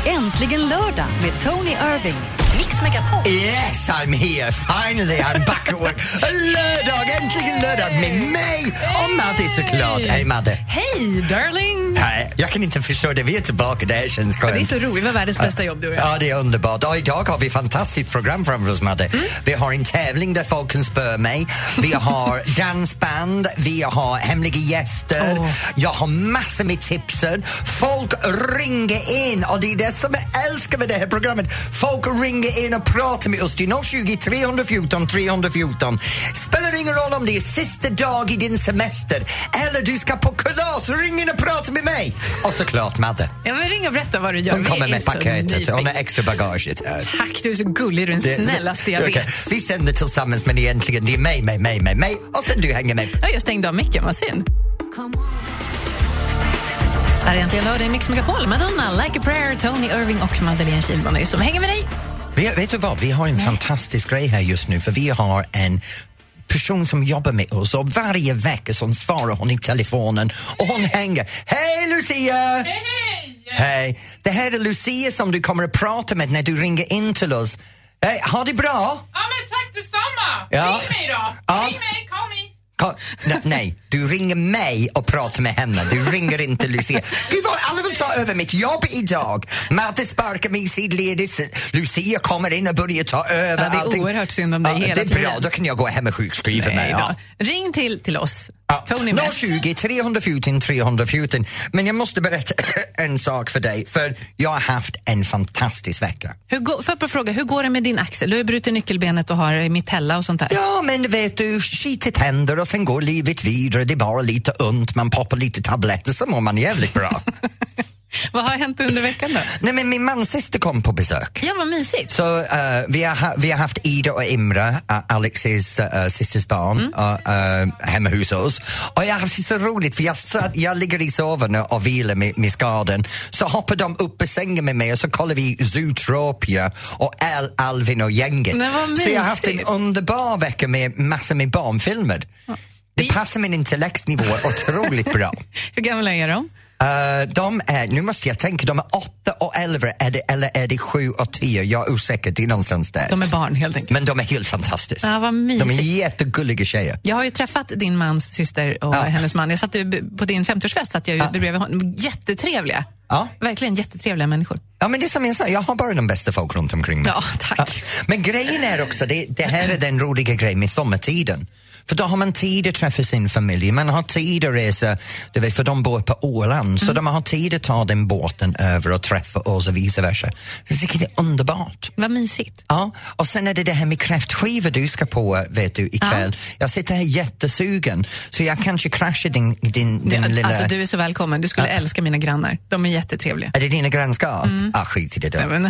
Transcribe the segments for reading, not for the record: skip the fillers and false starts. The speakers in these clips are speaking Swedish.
Äntligen lördag med Tony Irving. Mix Megapol. Yes, I'm here. Finally, I'm back at work. Lördag, äntligen lördag med mig och Madde såklart. Hej Madde. Hej darling. Hej, jag kan inte förstå det. Vi är tillbaka, det känns skönt. Det är så roligt, det var världens bästa jobb du och jag. Ja, det är underbart. Och idag har vi ett fantastiskt program framför oss, Madde. Vi har en tävling där folk kan spöra mig. Vi har dansband, vi har hemliga gäster. Jag har massor med tipsen. Folk ringer in och det är det som jag älskar med det här programmet. Folk ringer in och pratar med oss. Det är 020 314 314. Spelar ingen roll om det är sista dag i din semester eller du ska på kalas. Ring in och prata med mig. Och såklart Madde. Jag vill ringa och berätta vad du gör. De kommer med paketet och med extra bagaget. Tack, du är så gullig. Du är den snällaste jag vet. Vi sänder tillsammans, men egentligen det är mig och sen du hänger med. Ja, jag stängde av micken, vad synd. Här är äntligen lördag i Mix Megapol. Madonna, Like a Prayer, Tony Irving och Madeleine Kihlman som hänger med dig. Vet du vad, vi har en fantastisk grej här just nu, för vi har en person som jobbar med oss och varje vecka som svarar hon i telefonen och hon hänger. Hej Lucia! Hej! Hej! Det här är Lucia som du kommer att prata med när du ringer in till oss. Hej, ha det bra! Ja, men tack detsamma! Ja. Ring mig då! Ja. Ring mig, call me! Nej, du ringer mig och pratar med henne. Du ringer inte Lucia. Gud vad alla vill ta över mitt jobb idag. Matte sparkar mig sidledes. Lucia kommer in och börjar ta över allting. allting. Det är oerhört synd om dig hela tiden. Det är bra, då kan jag gå hem och sjukskriva mig. Ja. Ring till oss. Tony 020 314 314. Men jag måste berätta en sak för dig, för jag har haft en fantastisk vecka. Hur går det med din axel? Du har brutit nyckelbenet och har mitella och sånt där. Ja, men vet du, skitigt händer och sen går livet vidare. Det är bara lite ont, man poppar lite tabletter så mår man jävligt bra. Vad har hänt under veckan då? Nej, men min mans syster kom på besök. Ja, vad mysigt. Så vi har haft Ida och Imra, Alexis systers barn, hemma hos oss. Och jag har haft så roligt, för jag ligger i soven och vilar med skadan. Så hoppar de upp på sängen med mig och så kollar vi Zootropia och Alvin och gänget. Nej, vad mysigt. Så jag har haft en underbar vecka med massor med barnfilmer. Det passar min intellektsnivå otroligt bra. Hur gamla är de? De är, nu måste jag tänka, de är 8 och 11 eller är det 7 och 10? Jag är osäker, det är någonstans där. De är barn helt enkelt. Men de är helt fantastiska. Ja, vad mysigt. De är jättegulliga tjejer. Jag har ju träffat din mans syster och hennes man. Jag satt ju på din 50-årsfest, satt jag ju bredvid honom. Jättetrevliga. Ja. Verkligen jättetrevliga människor. Ja, men det är som jag sa, jag har bara de bästa folk runt omkring mig. Ja, tack. Men grejen är också, det här är den roliga grejen med sommartiden. För då har man tid att träffa sin familj, man har tid att resa, du vet, för de bor på Åland, så de har tid att ta den båten över och träffa oss och vice versa. Det är underbart. Vad mysigt. Ja, och sen är det här med kräftskivor du ska på, vet du, ikväll. Ja. Jag sitter här jättesugen, så jag kanske kraschar din lilla... Alltså, du är så välkommen, du skulle älska mina grannar. De är jättetrevliga. Är det dina grannskap? Skit i det då. Men...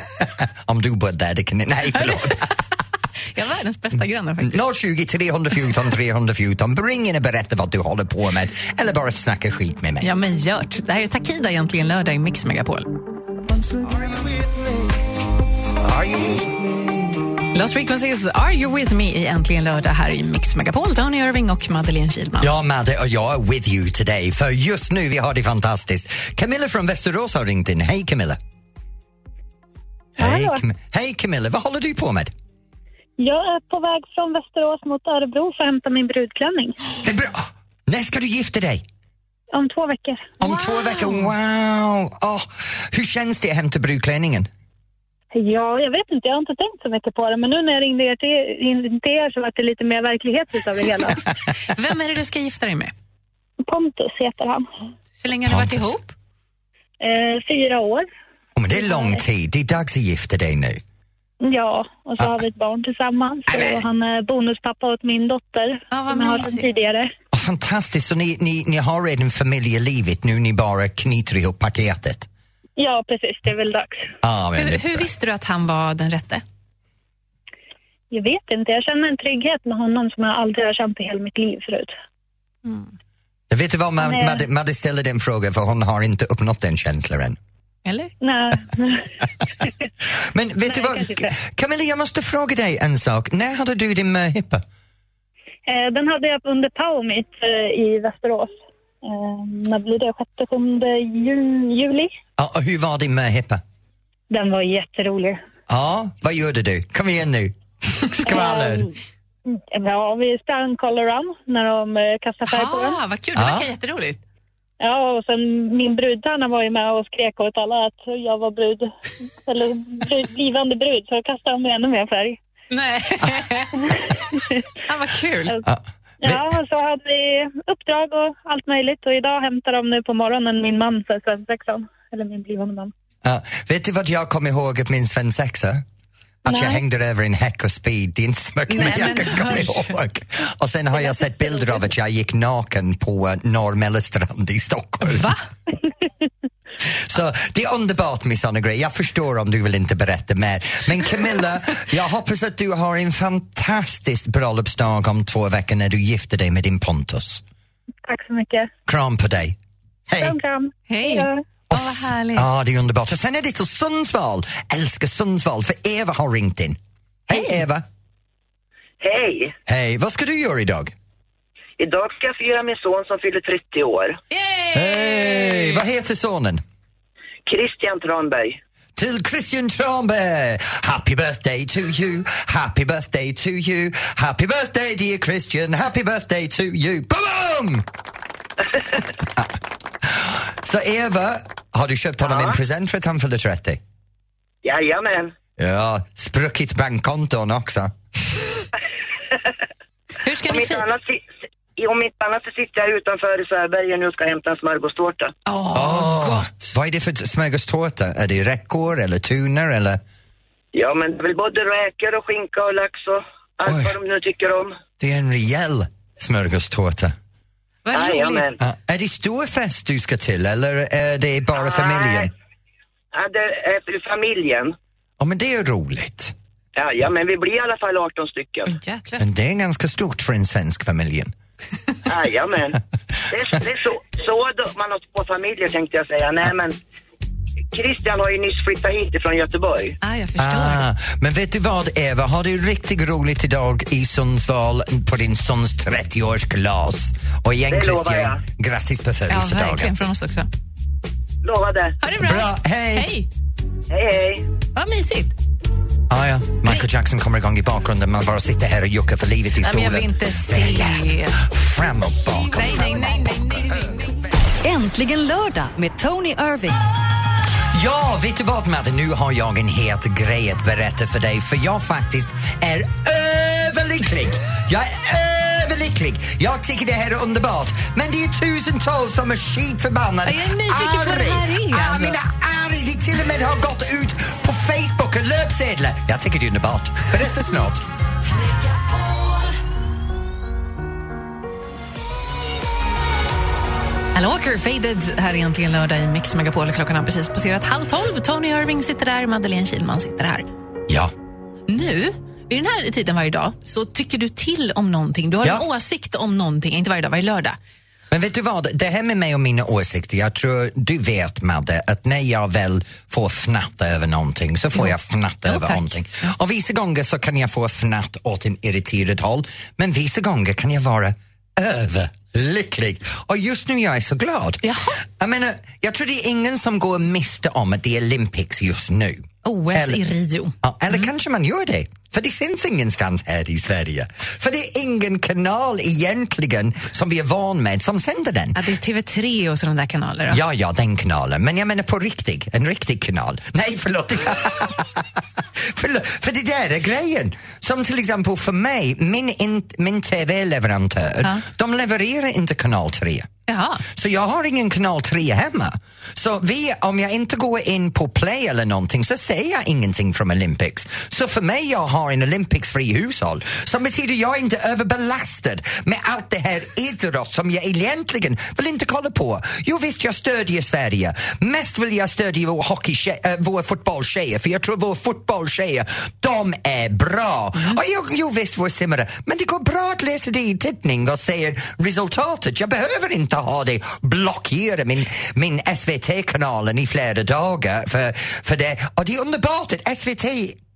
Om du bor där, det kan... Nej, förlåt. Jag är världens bästa grannar faktiskt. 020 314 314. Ring in och berätta vad du håller på med. Eller bara snacka skit med mig. Ja, men gjort. Det här är Takida egentligen lördag i Mix Megapol. Lost Frequencies, Are You With Me i äntligen lördag här i Mix Megapol. Tony Irving och Madeleine Kihlman. Ja, Madde, och jag är with you today. För just nu vi har det fantastiskt. Camilla från Västerås har ringt in. Hej Camilla. Hej Camilla, vad håller du på med? Jag är på väg från Västerås mot Örebro för att hämta min brudklänning. Det är bra. När ska du gifta dig? Om 2 veckor. Om 2 veckor, wow! Hur känns det att hämta brudklänningen? Ja, jag vet inte, jag har inte tänkt så mycket på det. Men nu när jag ringde till er så var det lite mer verklighet utav det hela. Vem är det du ska gifta dig med? Pontus heter han. Hur länge har ni varit ihop? 4 år. Men det är lång tid, det är dags att gifta dig nu. Ja, och så har vi ett barn tillsammans. Och han är bonuspappa åt min dotter som jag har den tidigare. Fantastiskt, så ni har redan familjelivet nu, ni bara knyter ihop paketet. Ja, precis, det är väl dags. Hur visste du att han var den rätte? Jag vet inte, jag känner en trygghet med honom som jag aldrig har känt i hela mitt liv förut. Jag vet inte vad Madde ställer den frågan, för hon har inte uppnått den känslan än. Eller? Nej. Men vet du vad, Camilla, jag måste fråga dig en sak. När hade du din möhippa? Den hade jag under Power Meet i Västerås. När blir det? 6-7 juli. Ja, och hur var din möhippa? Den var jätterolig. Ja, vad gjorde du? Kom igen nu. Skvaller. Ja, vi sprang Color Run när de kastade färg på den. Vad kul, det verkar jätteroligt. Ja, och sen min brudtärna var ju med och skrek åt alla att jag var blivande brud, så kastade de ännu mer färg. Nej. Vad kul. Ja, så hade vi uppdrag och allt möjligt, och idag hämtar de nu på morgonen min man för svensexan, eller min blivande man. Vet du vad jag kommer ihåg av min svensexa? Att jag hängde över en häck och speed. Det är inte så mycket jag kan komma ihåg. Och sen har jag sett bilder av att jag gick naken på Norrmellestrand i Stockholm. Va? Så det är underbart med såna grejer. Jag förstår om du vill inte berätta mer. Men Camilla, jag hoppas att du har en fantastisk bröllopsdag om 2 veckor när du gifter dig med din Pontus. Tack så mycket. Kram på dig. Hej. Kram. Hej. Vad härligt. Ja, det är underbart. Och sen är det så Sundsvall. Älskar Sundsvall, för Eva har ringt in. Hej Eva. Hej. Hej, vad ska du göra idag? Idag ska jag fira min son som fyller 30 år. Hej! Vad heter sonen? Christian Tranberg. Till Christian Tranberg. Happy birthday to you. Happy birthday to you. Happy birthday dear Christian. Happy birthday to you. Boom! Så Eva, har du köpt honom en present för att han fyller 30? Jajamän. Ja, spruckit bankkonton också. Hur ska ni om inte annat så sitter jag utanför i Sörbergen och ska hämta en smörgåstårta. Gott. Vad är det för smörgåstårta? Är det räckor eller tuner eller? Ja, men det är väl både räkor och skinka och lax och allt vad de nu tycker om. Det är en rejäl smörgåstårta. Vad roligt. Är det stor fest du ska till eller är det bara familjen? Ja, det är för familjen. Ja, men det är roligt. Ja, men vi blir i alla fall 18 stycken. Jäklar. Men det är ganska stort för en svensk familj. Jajamän. Det är så då man har på familjer, tänkte jag säga. Nej, men Christian har ju nyss flyttat hit ifrån Göteborg. Jag förstår. Men vet du vad, Eva? Har du riktigt roligt idag i Sundsvall på din sons 30-årsglas? Och egentligen grattis på födelsedagen. Ja, verkligen från oss också. Lovade. Ha det bra. Hej. Hej. Hej. Vad mysigt. Ja. Michael Jackson kommer igång i bakgrunden. Man bara sitter här och juckar för livet i stolen. Men jag vill inte se. Fram och bak. Nej. Äntligen lördag med Tony Irving. Ja, vet du vad, Madde? Nu har jag en het grej att berätta för dig. För jag faktiskt är överlycklig. Jag är överlycklig. Jag tycker det här är underbart. Men det är tusentals som är skitförbannade. Jag är nyfiken på det här är. Alltså. Mina arg, det till och med har gått ut på Facebook och löpsedlar. Jag tycker det är underbart. Berätta snart. Alan Walker, Faded, här är egentligen lördag i Mix Megapol. Klockan har precis passerat 11:30. Tony Irving sitter där, Madeleine Kilman sitter här. Ja. Nu, vid den här tiden varje dag, så tycker du till om någonting. Du har en åsikt om någonting, inte varje dag, varje lördag. Men vet du vad, det här med mig och mina åsikter, jag tror du vet, Madde, att när jag väl får fnatta över någonting så får jag fnatta över någonting. Och vissa gånger så kan jag få fnatt åt en irriterad håll, men vissa gånger kan jag vara överlycklig. Och just nu jag är så glad. Jag menar, jag tror det är ingen som går miste om att det är Olympics just nu. OS i Rio. Eller kanske man gör det. För det syns ingenstans här i Sverige. För det är ingen kanal egentligen som vi är van med som sänder den. Det är TV3 och sådana där kanaler då. Ja, den kanalen. Men jag menar på en riktig kanal. Nej, förlåt. För det där är grejen. Som till exempel för mig, min TV-leverantör, de levererar inte kanal 3. Jaha. Så jag har ingen kanal 3 hemma. Så om jag inte går in på Play eller någonting så ser jag ingenting från Olympics. Så för mig, jag har en Olympics-fri hushåll. Som betyder jag är inte överbelastad med allt det här idrott som jag egentligen vill inte kolla på. Jo visst, jag stödjer Sverige. Mest vill jag stödja vår fotbollstjejer. För jag tror vår fotbollstjejer, de är bra. Och jo visst, vår simmare. Men det går bra att läsa det i tidning och se resultatet. Jag behöver inte ha det blockera min SVT-kanalen i flera dagar för det. Och det är underbart att SVT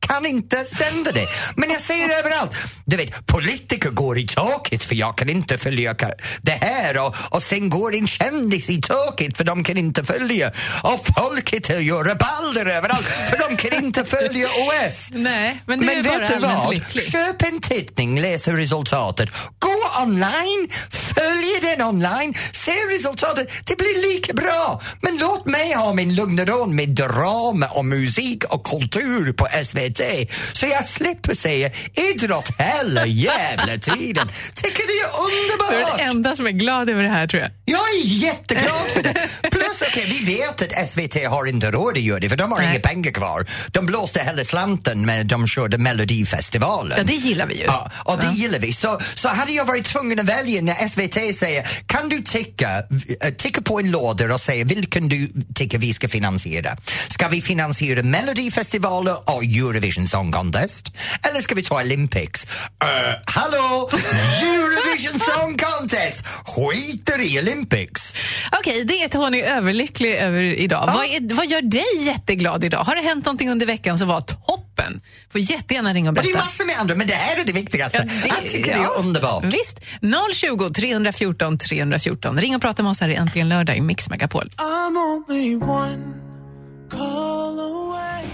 kan inte sända det. Men jag säger överallt, du vet, politiker går i taket för jag kan inte följa det här och sen går en kändis i taket för de kan inte följa och folket gör rabalder överallt för de kan inte följa OS. Nej, men det är bara allmänt lyckligt. Köp en tittning, läs resultatet, gå online, följ den online, se resultatet, det blir lika bra. Men låt mig ha min lugn och ro med drama och musik och kultur på SVT så jag slipper säga idrott hela jävla tiden. Tycker det är underbart. Du är den enda som är glad över det här, tror jag. Jag är jätteglad för det. Plus, vi vet att SVT har inte råd att göra det för de har inga pengar kvar. De blåste hela slanten när de körde Melodifestivalen. Ja, det gillar vi ju. Ja, och det gillar vi. Så hade jag varit tvungen att välja när SVT säger, kan du ticka på en låda och säga vilken du tycker vi ska finansiera? Ska vi finansiera Melodifestivalen och Eurovision Song Contest? Eller ska vi ta Olympics? Hallå! Eurovision Song Contest! Skiter i Olympics! Okej, det är Tony överlycklig över idag. Vad gör dig jätteglad idag? Har det hänt någonting under veckan som var toppen? Får jättegärna ringa och berätta. Och det är massor med andra, men det här är det viktigaste. Jag tycker det är underbart. Visst. 020 314 314. Ring och prata med oss här i Äntligen lördag i Mix Megapol. I'm only one call away.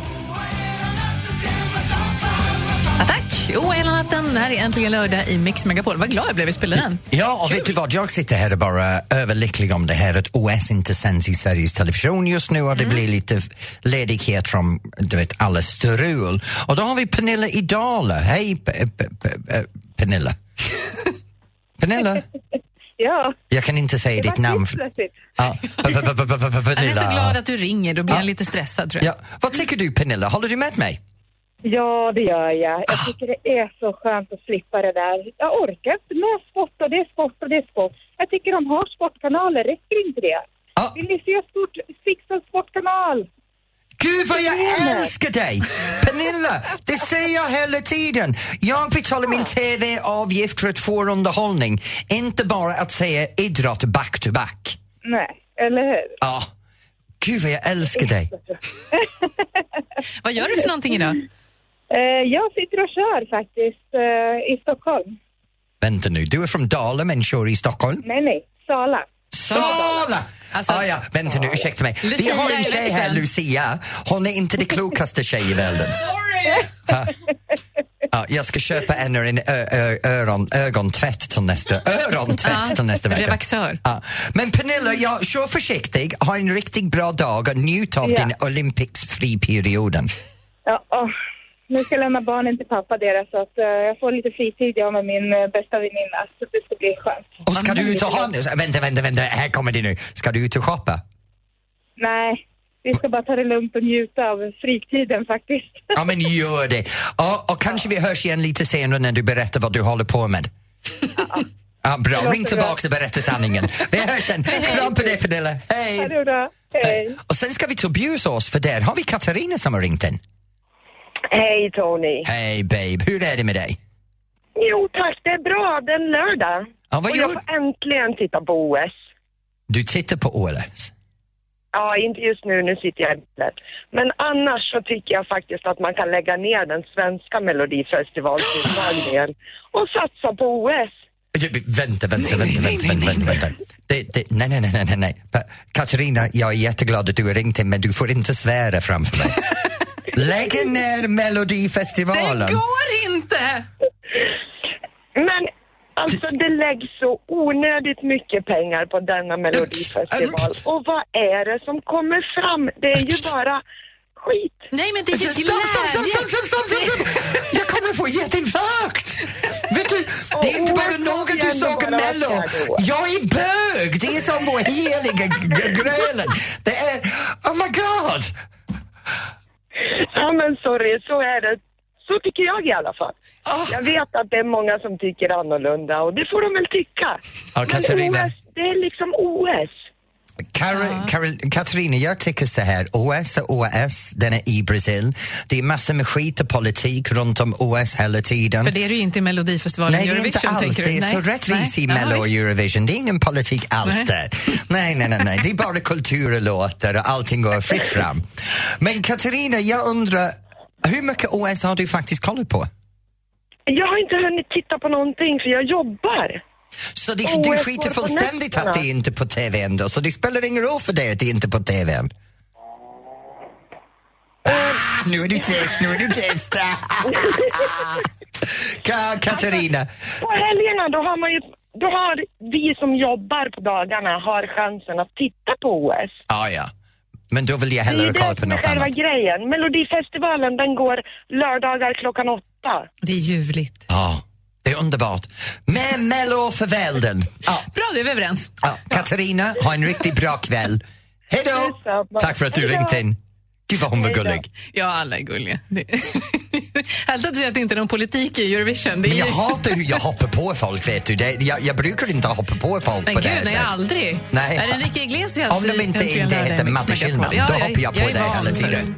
Attack! Hela natten, här är Äntligen lördag i Mix Megapol. Vad glad jag blev, vi spelade den. Ja, och vet du vad? Jag sitter här och bara överlycklig om det här att OS inte sänds i Sveriges Television just nu och det blir lite ledighet från, du vet, alla strul. Och då har vi Pernilla i Dala. Hej, Pernilla. Pernilla? Ja. Jag kan inte säga ditt namn. Ja. Han är så glad att du ringer, då blir han lite stressad, tror jag. Ja. Vad tycker du, Pernilla? Håller du med mig? Ja, det gör jag. Jag tycker det är så skönt att slippa det där. Jag orkar inte med sport och det är sport och det är sport. Jag tycker de har sportkanaler, räcker inte det? Vill ni se stort fixad sportkanal? Gud vad jag älskar dig! Pernilla, det säger jag hela tiden. Jag betalar min TV-avgift för att få underhållning. Inte bara att säga idrott back to back. Nej, eller hur? Ja. Gud vad jag älskar dig. Vad gör du för någonting idag? Jag sitter och kör faktiskt i Stockholm. Vänta nu, du är från Dala men kör i Stockholm? Nej, Sala. Sala! Alltså, ja, vänta nu, ursäkta mig. Vi har en tjej här, Lucia. Hon är inte det klokaste tjej i världen. Jag ska köpa en ögontvätt till nästa vecka. Revaxör. Men Pernilla, kör försiktig, ha en riktigt bra dag och njut av din Olympics-fri-perioden. Ja, nu ska jag lämna barnen till pappa deras så att jag får lite fritid med min bästa väninna så det ska bli skönt. Och ska du ut och ha... Vänta, här kommer det nu. Ska du ut och shoppa? Nej, vi ska bara ta det lugnt och njuta av fritiden faktiskt. Ja, men gör det. Och kanske vi hörs igen lite senare när du berättar vad du håller på med. Ja, bra. Ring tillbaka och berätta sanningen. Vi hörs sen. Kram på dig, Pernilla. Hej. Ha det bra. Hej. Och sen ska vi till Bjursås, för där har vi Katarina som har ringt in. Hej Tony. Hej babe, hur är det med dig? Jo tack, det är bra, det är lördag. Ja, vad och gör... jag får äntligen titta på OS. Du tittar på OS? Ja, inte just nu sitter jag i bilen. Men annars så tycker jag faktiskt att man kan lägga ner den svenska melodifestivaltilltagningen och satsa på OS. Vänta. Nej. Katarina, jag är jätteglad att du har ringt in, men du får inte svära framför mig. Lägg ner Melodifestivalen. Det går inte! Men alltså det läggs så onödigt mycket pengar på denna Melodifestival. Och vad är det som kommer fram? Det är ju bara skit. Nej, men det är ju Stopp! Jag kommer få hjärtinfarkt! Vet du, det är inte bara något du såg om Mello. Jag är bög! Det är som vår heliga grölen. Det är... Oh my god! Ja, men sorry, så är det. Så tycker jag i alla fall. Jag vet att det är många som tycker annorlunda och det får de väl tycka. Men OS, det är liksom OS. Katarina, jag tycker så här, OS, den är i Brasil. Det är massor med skit och politik runt om OS hela tiden. För det är ju inte Melodifestivalen. Nej, det är inte alls. Det är så rättvis i Mello och Eurovision. Det är ingen politik alls där. Nej. Det är bara kultur och låtar och allting går fritt fram. Men Katarina, jag undrar, Hur mycket OS har du faktiskt kollat på? Jag har inte hunnit titta på någonting för jag jobbar. Så du skiter fullständigt att det är inte på TV ändå, så det spelar ingen roll för dig att det är inte på TV? Nu är du tyst. Katarina. På helgerna då har vi som jobbar på dagarna har chansen att titta på OS. Ja. Men då vill jag hellre kolla på något annat. Det är själva grejen. Melodifestivalen, den går lördagar 8:00. Det är ljuvligt. Ja, det är underbart. Med Mello för välden. Ja. Bra, det är vi överens. Ja. Katarina, ha en riktigt bra kväll. Hej då! Tack för att du ringt in. Gud vad hon var gullig. Ja, alla är gulliga. Helt att säga att det inte är någon politik i Eurovision. Men jag hatar hur jag hoppar på folk, vet du. Jag brukar inte hoppa på folk på det sättet. Nej, aldrig. Nej. Är det Enrique Iglesias? Om de inte heter Madde Schillman, då hoppar jag på det hela tiden.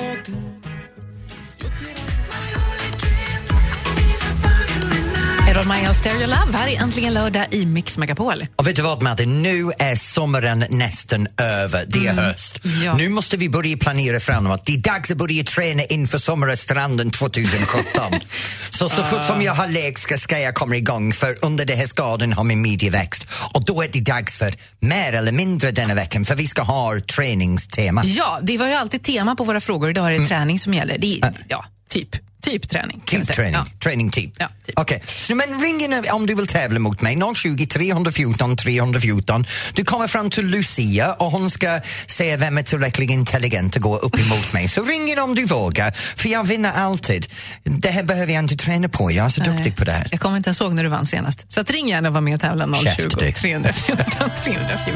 Errol Maja och Stereo Love här är äntligen lördag i Mix Megapol. Och vet du vad, Madde? Nu är sommaren nästan över. Det är höst. Ja. Nu måste vi börja planera framåt. Det är dags att börja träna inför sommarstranden 2017. så fort som jag har läkt ska jag komma igång, för under det här skadan har min midja växt. Och då är det dags för mer eller mindre denna veckan, för vi ska ha träningstema. Ja, det var ju alltid tema på våra frågor. Idag är det träning som gäller. Det är, Typ träning. Typ träning. Ja. Träning typ. Ja, typ. Okej, så men ring in om du vill tävla mot mig. 020-314-314. Du kommer fram till Lucia och hon ska säga vem är tillräckligt intelligent att gå upp emot mig. Så ring in om du vågar, för jag vinner alltid. Det här behöver jag inte träna på. Jag är så duktig på det här. Jag kommer inte ens ihåg när du vann senast. Så att ring gärna och var med och tävla 020-314-314.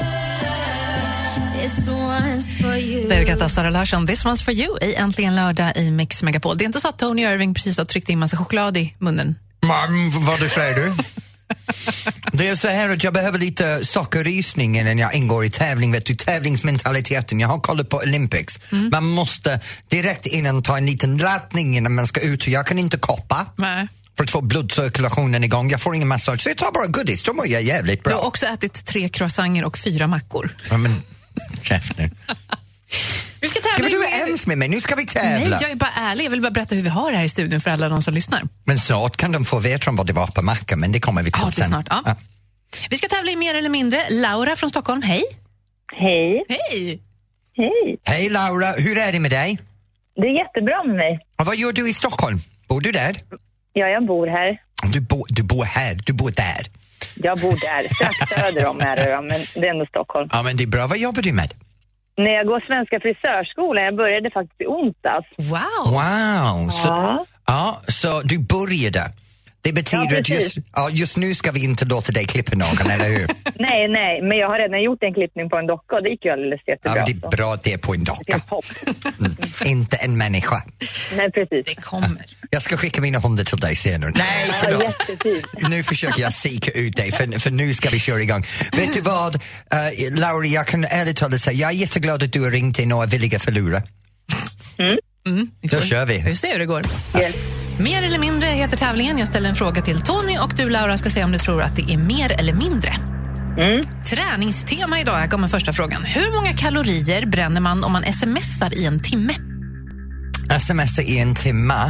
Där kan ta Sara Larsson, This One's For You i Äntligen lördag i Mix Megapol. Det är inte så att Tony Irving precis har tryckt in massa choklad i munnen. Vad du säger du? Det är så här att jag behöver lite sockerrysning innan jag ingår i tävling. Vet du, tävlingsmentaliteten. Jag har kollat på Olympics. Man måste direkt innan ta en liten laddning innan man ska ut. Jag kan inte koppa. Nej. För att få blodcirkulationen igång. Jag får ingen massage. Så jag tar bara godis. Då mår jag jävligt bra. Du har också ätit 3 croissanter och 4 mackor. Ja, men käften. Vi ska tävla. Du är ens med mig. Nu ska vi tävla. Nej, jag är bara ärlig. Jag vill bara berätta hur vi har det här i studion för alla de som lyssnar. Men snart kan de få veta om vad det var på macka, men det kommer vi till sen. Snart, ja. Vi ska tävla i mer eller mindre. Laura från Stockholm, hej. Hej. Hej. Hej. Hej Laura, hur är det med dig? Det är jättebra med mig. Och vad gör du i Stockholm? Bor du där? Ja, jag bor här. Du bor här, du bor där. Jag bor där, strax söder om här, men det är ändå Stockholm. Ja, men det är bra. Vad jobbar du med? När jag går Svenska frisörskolan, jag började faktiskt i onsdags. Wow. Så du började. Det betyder att just nu ska vi inte låta dig klippa någon, eller hur? Nej, men jag har redan gjort en klippning på en docka och det gick ju alldeles jättebra. Ja, det är bra att det är på en docka. Inte en människa. Nej, precis. Det kommer. Jag ska skicka mina hundar till dig senare. Nej, förlåt. Jättefint. Nu försöker jag sika ut dig, för nu ska vi köra igång. Vet du vad, Laura, jag kan ärligt talat säga, jag är jätteglad att du har ringt in och är villiga förlora. Då kör vi. Vi ser hur det går. Yes. Mer eller mindre heter tävlingen. Jag ställer en fråga till Tony och du, Laura, ska se om du tror att det är mer eller mindre. Träningstema idag. Här kommer första frågan. Hur många kalorier bränner man om man smsar i en timme? Smsar i en timme?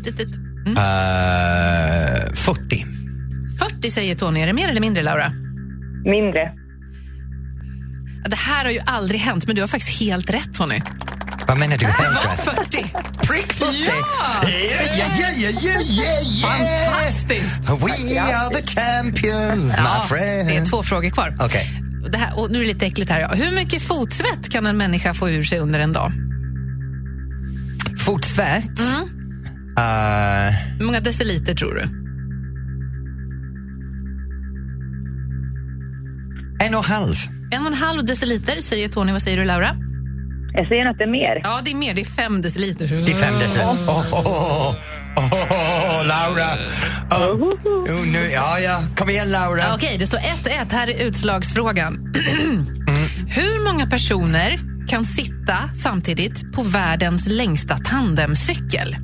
40. 40 säger Tony. Är det mer eller mindre, Laura? Mindre. Det här har ju aldrig hänt, men du har faktiskt helt rätt, Tony. Vad menar du? Helt rätt? 40. Prick 40! Ja! Fantastiskt! We are the champions, my friend. Det är 2 frågor kvar. Okej. Det här, och nu är det lite äckligt här. Ja. Hur mycket fotsvett kan en människa få ur sig under en dag? Fotsvett? Hur många deciliter tror du? 1,5. 1,5 deciliter säger Tony. Vad säger du, Laura? Jag säger att det är mer. Ja, det är mer. Det är 5 deciliter. Det är 5 deciliter. Laura. Nu, ja. Kom igen, Laura. Okej, det står 1-1. Här är utslagsfrågan. Hur många personer kan sitta samtidigt på världens längsta tandemcykel?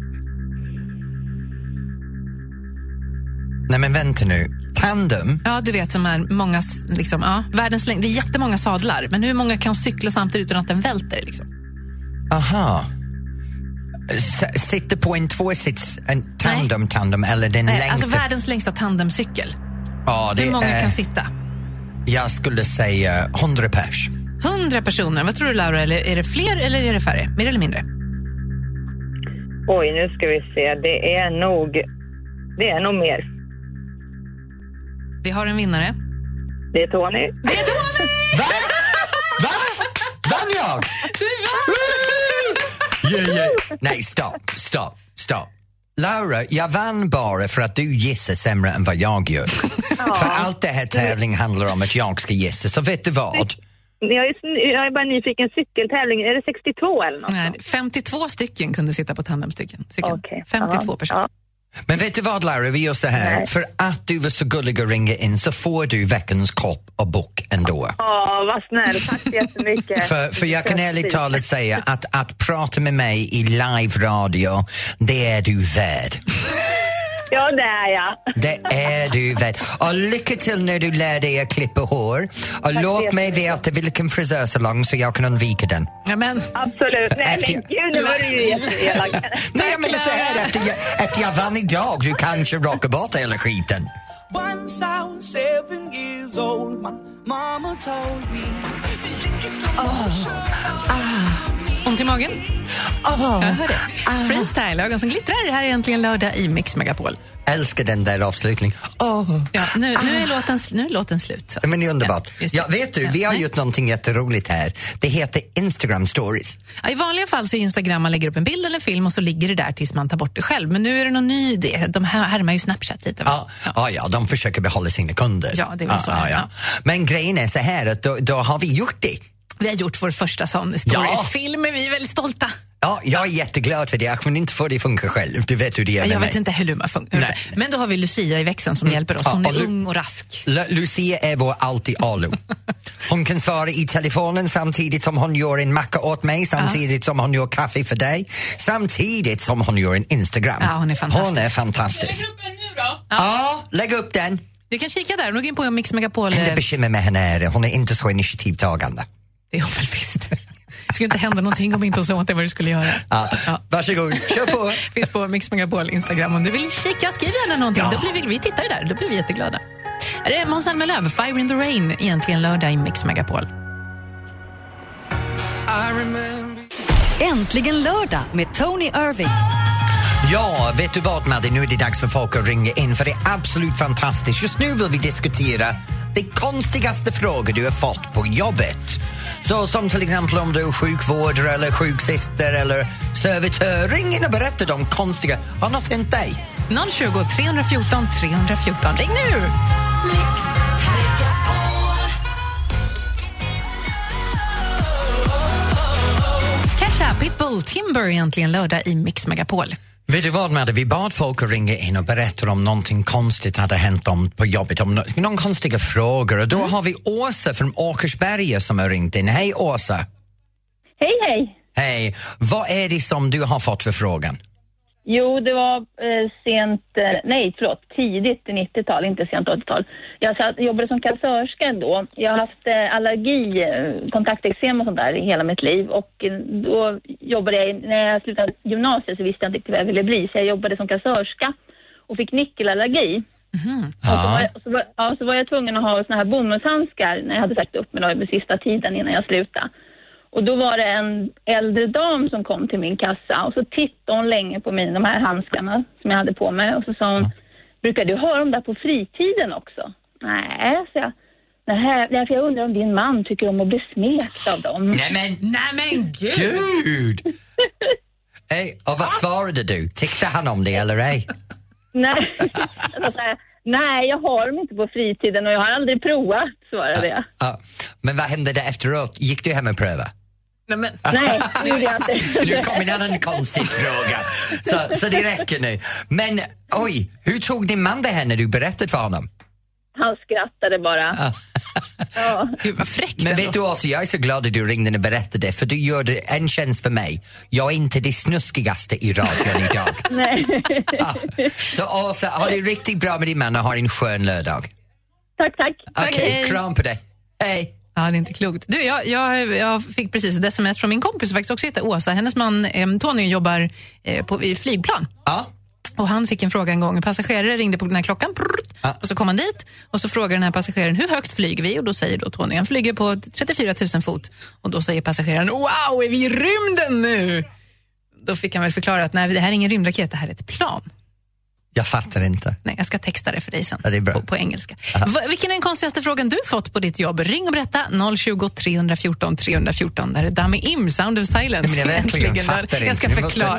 Nej, men vänta nu. Tandem? Ja, du vet, som är många, liksom, världens längd. Det är jättemånga sadlar, men hur många kan cykla samtidigt utan att den välter, liksom? Aha. sitter på en tvåsits, en tandem eller den längsta... Alltså världens längsta tandemcykel. Ja, hur många kan sitta? Jag skulle säga 100 pers. 100 personer. Vad tror du, Laura? Är det fler eller är det färre? Mer eller mindre? Oj, nu ska vi se. Det är nog mer. Vi har en vinnare. Det är Tony. Det är Tony! Va? Vann jag? Du vann! Yeah. Nej, stopp. Laura, jag vann bara för att du gissar sämre än vad jag gör. För allt det här tävling handlar om att jag ska gissa. Så vet du vad? Jag är bara nyfiken, cykeltävling. Är det 62 eller något? Nej, 52 stycken kunde sitta på tandemcykeln. Okay. 52 personer. Ja. Men vet du vad, Laura, vi gör så här. Nej. För att du var så gullig och ringa in så får du veckans kopp och bok ändå. Vad snäll, tack så jättemycket. för jag kan ärligt talat säga att prata med mig i live-radio, det är du värd. Ja, det är jag. Det är du värd. Och lycka till när du lär dig att klippa hår. Och låt mig veta vilken frisörsalong så jag kan undvika den. Amen. Absolut. Nej, men gud, nu var du ju jätteelak. Nej, jag menar så här, efter jag vann idag, du kanske rockar bort hela skiten. Once I was 7 years old, my mama told me. Ont i magen? Jag hör det. Freestyle, ögon som glittrar. Det här är äntligen lördag i Mix Megapol. Älskar den där avslutningen. Ja, nu är låten slut. Så. Men det är underbart. Ja, vet du, vi har gjort någonting jätteroligt här. Det heter Instagram Stories. Ja, i vanliga fall så är Instagram, man lägger upp en bild eller en film och så ligger det där tills man tar bort det själv. Men nu är det någon ny idé. De härmar ju Snapchat lite. Ja, de försöker behålla sina kunder. Ja, det är väl så. Ja. Men grejen är så här att då har vi gjort det. Vi har gjort vår första sån Stories-film. Vi är väldigt stolta. Ja, jag är jätteglad för det. Jag kommer inte få det funka själv. Du vet hur det är med jag mig. vet inte hur Luma funkar. Men då har vi Lucia i växeln som hjälper oss. Hon är ung och rask. Lucia är vår alltid-alu. Hon kan svara i telefonen samtidigt som hon gör en macka åt mig, samtidigt som hon gör kaffe för dig, samtidigt som hon gör en Instagram. Ja, hon är fantastisk. Lägg upp en nu då. Ja, lägg upp den. Du kan kika där. Gå in på Mix Megapol. Det bekymmer med henne är hon är inte så initiativtagande. Det är hon väl visst. Det skulle inte hända någonting om inte hon sa att det var du skulle göra. Ja. Varsågod, kör på. Finns på Mix Megapol Instagram om du vill kika. Skriv gärna någonting. Vi tittar ju där. Då blir vi jätteglada. Är det Måns Zelmerlöw, Fire in the Rain, egentligen lördag i Mix Megapol. Äntligen lördag med Tony Irving. Ja, vet du vad, Madde? Nu är det dags för folk att ringa in för det är absolut fantastiskt. Just nu vill vi diskutera de konstigaste frågor du har fått på jobbet. Så som till exempel om du är sjukvårdare eller sjuksyster eller servitör. Ring in och berätta de konstiga. Har något hänt dig? 020 314 314. Ring nu! Kesha, Pitbull, Timber egentligen lördag i Mix Megapol. Vet du vad, Madde? Vi bad folk att ringa in och berätta om någonting konstigt hade hänt dem på jobbet, om någon konstiga frågor. Och då har vi Åsa från Åkersberga som har ringt in. Hej, Åsa! Hej! Hej! Vad är det som du har fått för frågan? Jo, det var tidigt 90-tal, inte sent 80-tal. Jag jobbade som kassörska då. Jag har haft allergi, kontakteksem och sånt där i hela mitt liv. Och då jobbade jag, när jag slutade gymnasiet så visste jag inte riktigt vad jag ville bli. Så jag jobbade som kassörska och fick nickelallergi. Mm. Och så var jag tvungen att ha såna här bomullshandskar när jag hade sagt upp mig då i sista tiden innan jag slutade. Och då var det en äldre dam som kom till min kassa och så tittade hon länge på mig, de här handskarna som jag hade på mig. Och så sa hon, brukar du ha dem där på fritiden också? Nej, så jag. Därför jag undrar om din man tycker om att bli smekt av dem. Nej men gud! Hey, och vad svarade du? Tyckte han om det eller ej? Nej, jag har dem inte på fritiden och jag har aldrig provat, svarade jag. Men vad hände där efteråt? Gick du hem och pröva? Nej, det gjorde jag inte. Nu kom en annan konstig fråga. Så det räcker nu. Men oj, hur tog din man det här när du berättade för honom? Han skrattade bara. Ja. Gud, vad fräckt. Men vet du också, jag är så glad att du ringde och berättade för du gör en tjänst för mig. Jag är inte det snuskigaste i radion idag. Nej. Så Åsa, har det riktigt bra med din man och har en skön lördag. Tack. Okej, kram på dig. Hej. Ja, det är inte klokt. Du, jag fick precis ett sms från min kompis som faktiskt också heter Åsa. Hennes man Tony jobbar i flygplan. Ja. Och han fick en fråga en gång. En passagerare ringde på den här klockan. Och så kom han dit och så frågar den här passageraren hur högt flyger vi? Och då säger då Tony, han flyger på 34 000 fot. Och då säger passageraren, wow, är vi i rymden nu? Då fick han väl förklara att nej, det här är ingen rymdraket, det här är ett plan. Jag fattar inte. Nej, jag ska texta det för dig sen. Ja, det är bra. På engelska. Vilken är den konstigaste frågan du fått på ditt jobb? Ring och berätta 020 314 314. Där är Dummy Im, Sound of Silence. Men jag verkligen fattar inte. Jag ska förklara.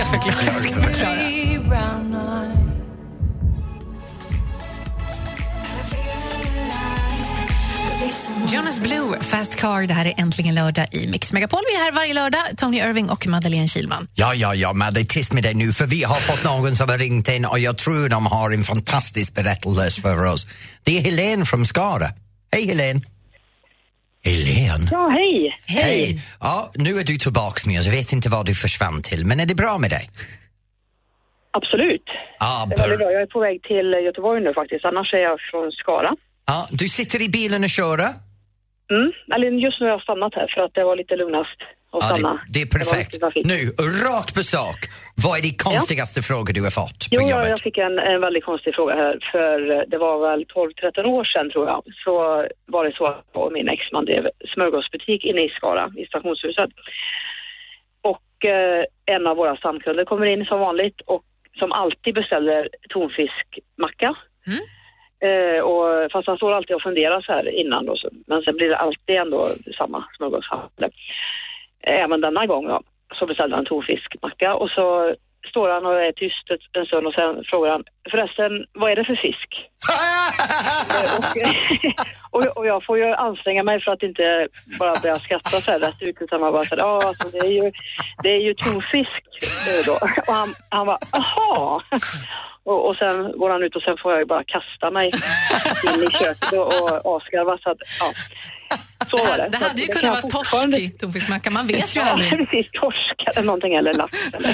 Jonas Blue, Fast Car, det här är äntligen lördag i Mix Megapol. Vi är här varje lördag, Tony Irving och Madeleine Kilman. Ja, men det är tyst med dig nu för vi har fått någon som har ringt in och jag tror de har en fantastisk berättelse för oss. Det är Helene från Skara. Hej Helene. Helene? Ja, hej. Hej. Ja, nu är du tillbaks med oss. Jag vet inte vad du försvann till, men är det bra med dig? Absolut. Ja, det är väldigt bra. Jag är på väg till Göteborg nu faktiskt. Annars är jag från Skara. Ja, du sitter i bilen och kör? Eller just nu har jag stannat här för att det var lite lugnast att stanna. Det är perfekt. Nu, rakt på sak. Vad är de konstigaste frågor du har fått på jobbet? Jag fick en väldigt konstig fråga här. För det var väl 12-13 år sedan tror jag. Så var det så att min exman drev smörgåsbutik inne i Skara, i stationshuset. Och en av våra stamkunder kommer in som vanligt och som alltid beställer tonfiskmacka. Och fast han står alltid och funderar så här innan då, men sen blir det alltid ändå samma smörgåshandel. Även denna gång då, så beställde han tonfiskmacka och så står han och är tyst en stund och sen frågar han, förresten, vad är det för fisk? och jag får ju anstränga mig för att inte bara börja skratta så här rätt ut, utan man bara säger, alltså det är ju tonfisk då. Och han bara, aha! Och sen går han ut och sen får jag ju bara kasta mig in i köket och avskarva så att, ja. Så var det. Det hade ju kunnat vara torsk i tonfiskmacka, man vet ju aldrig. Ja, precis, torsk eller någonting eller lax.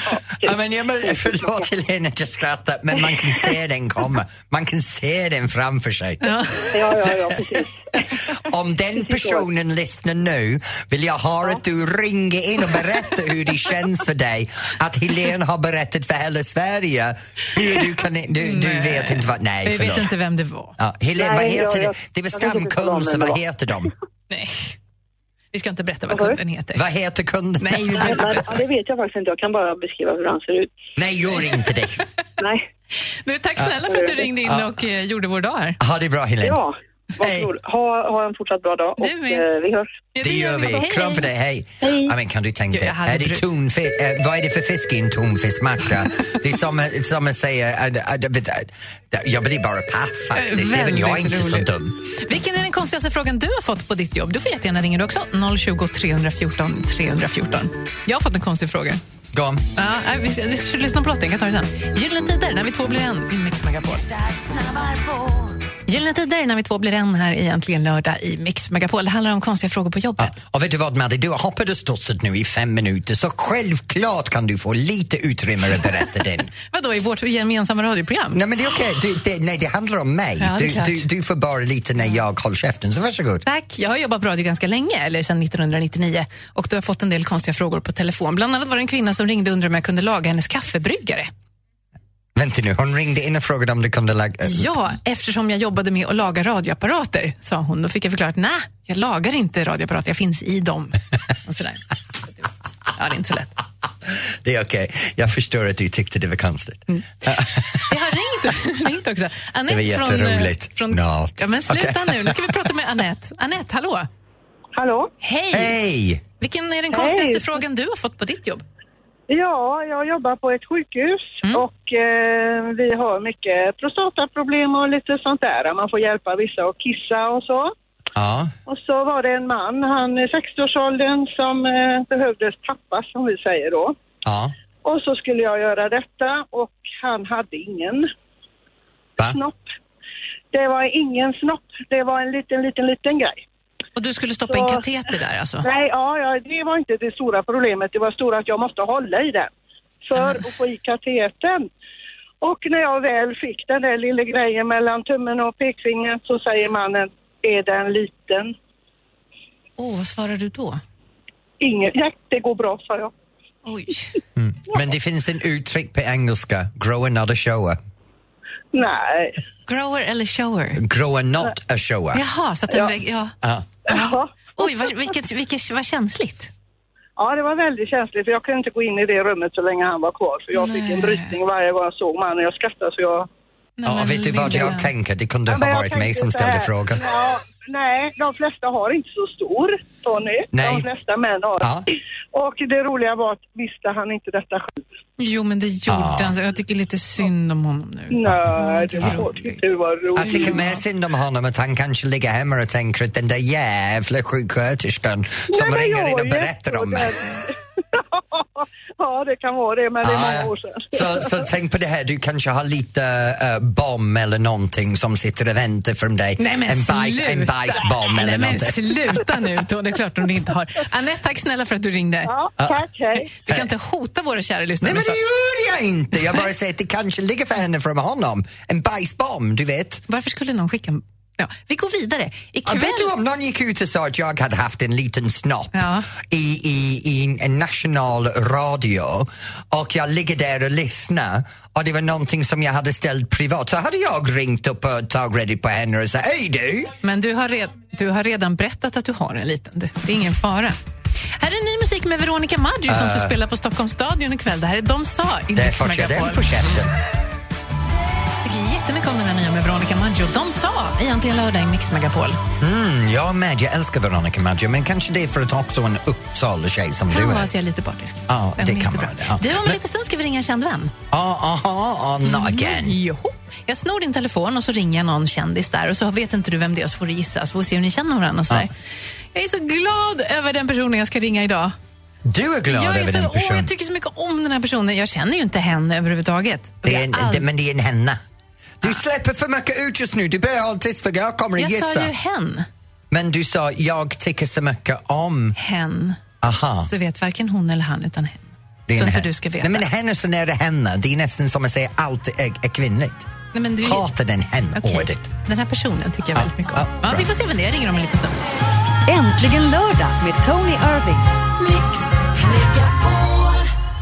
Förlåt Helene att jag skrattar, men man kan se den komma. Man kan se den framför sig. Ja, precis. Om den personen lyssnar nu vill jag ha att du ringer in och berättar hur det känns för dig att Helene har berättat för hela Sverige hur du kan... Du vet inte vad... Nej, förlåt. Jag vet inte vem det var. Ja, Helene, vad heter det? Det var stamkund, så vad heter de? Nej, vi ska inte berätta vad kunden heter. Vad heter kunden? Nej, det vet jag faktiskt inte. Jag kan bara beskriva hur han ser ut. Nej, gör inte det. Nej. Du, tack snälla för att du ringde in och gjorde vår dag här. Ha det bra, Helene. Ja, varsågod. Ha en fortsatt bra dag och vi hörs. Det gör vi. Kram för dig, hej. Ja, men kan du tänka dig, är det vad är det för fisk i en tonfiskmacka? Det är som att säga, jag blir bara paff faktiskt. Även jag är inte så dum. Vilken är den konstigaste frågan du har fått på ditt jobb? Du får jättegärna ringa du också. 020 314 314. Jag har fått en konstig fråga. Gå om. Ja, vi ska lyssna på låten, jag tar det sen. Gyllene tider när vi två blir en i Mix Megapol. Gyllene tider när vi två blir en här i Äntligen lördag i Mix Megapol. Det handlar om konstiga frågor på jobbet. Ja, och vet du vad, Madde? Du har hoppat och stossat nu i 5 minuter, så självklart kan du få lite utrymme att berätta den. Vadå, i vårt gemensamma radioprogram? Nej, men det är okej. Nej, det handlar om mig. Ja, du får bara lite när jag håller käften, så varsågod. Tack, jag har jobbat på radio ganska länge, eller sedan 1999. Och då har jag fått en del konstiga frågor på telefon. Bland annat var det en kvinna som ringde och undrade om jag kunde laga hennes kaffebryggare. Vänta nu, hon ringde in och frågade om du kunde laga... Ja, eftersom jag jobbade med att laga radioapparater, sa hon. Då fick jag förklara att nej, jag lagar inte radioapparater, jag finns i dem. Och sådär. Ja, det är inte så lätt. Det är okej. Jag förstår att du tyckte det var konstigt. Det har ringt också. Annette, det var jätteroligt. Ja, men sluta nu. Nu ska vi prata med Annette. Annette, hallå? Hallå? Hej! Vilken är den konstigaste frågan du har fått på ditt jobb? Ja, jag jobbar på ett sjukhus och vi har mycket prostataproblem och lite sånt där. Man får hjälpa vissa att kissa och så. Ja. Och så var det en man, han är 60-årsåldern, som behövdes tappas, som vi säger då. Ja. Och så skulle jag göra detta och han hade ingen snopp. Det var ingen snopp, det var en liten grej. Och du skulle stoppa en kateter där alltså? Nej, det var inte det stora problemet. Det var stora att jag måste hålla i den för att få i katetern. Och när jag väl fick den där lilla grejen mellan tummen och pekfingret så säger mannen, är den liten? Vad svarar du då? Inget. Ja, det går bra, sa jag. Oj. Men det finns en uttryck på engelska, grower not a shower. Nej. Grower eller shower? Grower not a shower. Jaha, så att den Jaha. Oj, vad känsligt. Ja, det var väldigt känsligt för jag kunde inte gå in i det rummet så länge han var kvar. För jag fick en brytning varje gång jag såg mannen. Jag skrattade så jag... vet du vad jag tänker? Det kunde ha varit mig som ställde frågan. Ja, nej, de flesta har inte så stor, Tony. Nej. De flesta män har. Ja. Och det roliga var att visste han inte detta själv. Jo, men det gjorde han. Jag tycker lite synd om honom nu. Nej, det var roligt. Jag tycker mer synd om honom att han kanske ligger hemma och tänker att den där jävla sjuksköterskan som ringer in och berättar om mig. Ja, det kan vara det, men det är många år sedan. Så tänk på det här, du kanske har lite bomb eller någonting som sitter och väntar för dig. Nej, men en bajsbomb eller någonting. Sluta nu, det är klart de inte har. Anette, tack snälla för att du ringde. Ja, tack, hej. Du kan inte hota våra kära lyssnare. Nej, men det gjorde jag inte. Jag bara säger att det kanske ligger för henne från honom. En bajsbomb, du vet. Varför skulle någon skicka... Ja, vi går vidare. Ikväll... Vet du om någon gick ut och sa att jag hade haft en liten snopp i en national radio och jag ligger där och lyssnar och det var någonting som jag hade ställt privat så hade jag ringt upp och tagit reda på henne och sagt hej du. Men du har redan berättat att du har en liten. Det är ingen fara. Här är ny musik med Veronica Maggio som ska spela på Stockholms stadion ikväll. Det här är De sa i Mix Megapol. Det är den på käften. Jag tycker jättemycket om den här nya med Veronica Maggio. De sa egentligen lördag i Mix Megapol. Jag med, jag älskar Veronica Maggio, men kanske det är för att också en Uppsala-tjej som du är. Kan vara att jag är lite partisk. Ja, det kan vara det. Ja. Du, om en liten stund ska vi ringa en känd vän. Not again. Jo. Jag snor din telefon och så ringer jag någon kändis där och så vet inte du vem det är så får du gissa. Så får vi se hur ni känner varandra och så där. Jag är så glad över den personen jag ska ringa idag. Du är glad över den personen? Jag tycker så mycket om den här personen. Jag känner ju inte henne överhuvudtaget. Men det är en henne. Du släpper för mycket ut just nu. Du börjar alltid för jag kommer att gissa. Jag sa ju hen. Men du sa jag tycker så mycket om hen. Aha. Så vet varken hon eller han utan hen. Det är så inte du ska veta. Nej, men henne så nära henne. Det är nästan som att säga allt är kvinnligt. Nej, men du... Hatar den hen-ordet. Den här personen tycker jag väldigt mycket om. Vi får se vem det är. Jag ringer om en liten stund. Äntligen lördag med Tony Irving. Mix Megapol.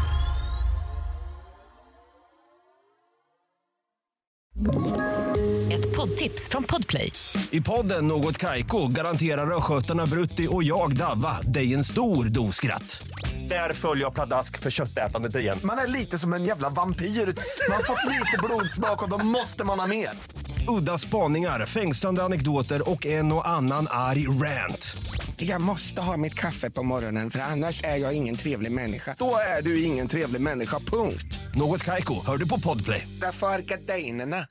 Ett poddtips från Podplay. I podden Något Kaiko garanterar röskötarna Brutti och jag Davva dig en stor doskratt. Där följer jag pladask för köttätandet igen. Man är lite som en jävla vampyr. Man har fått lite blodsmak och då måste man ha mer. Udda spaningar, fängslande anekdoter och en och annan arg rant. Jag måste ha mitt kaffe på morgonen för annars är jag ingen trevlig människa. Då är du ingen trevlig människa, punkt. Något Kaiko, hör du på Podplay. Därför är gardinerna.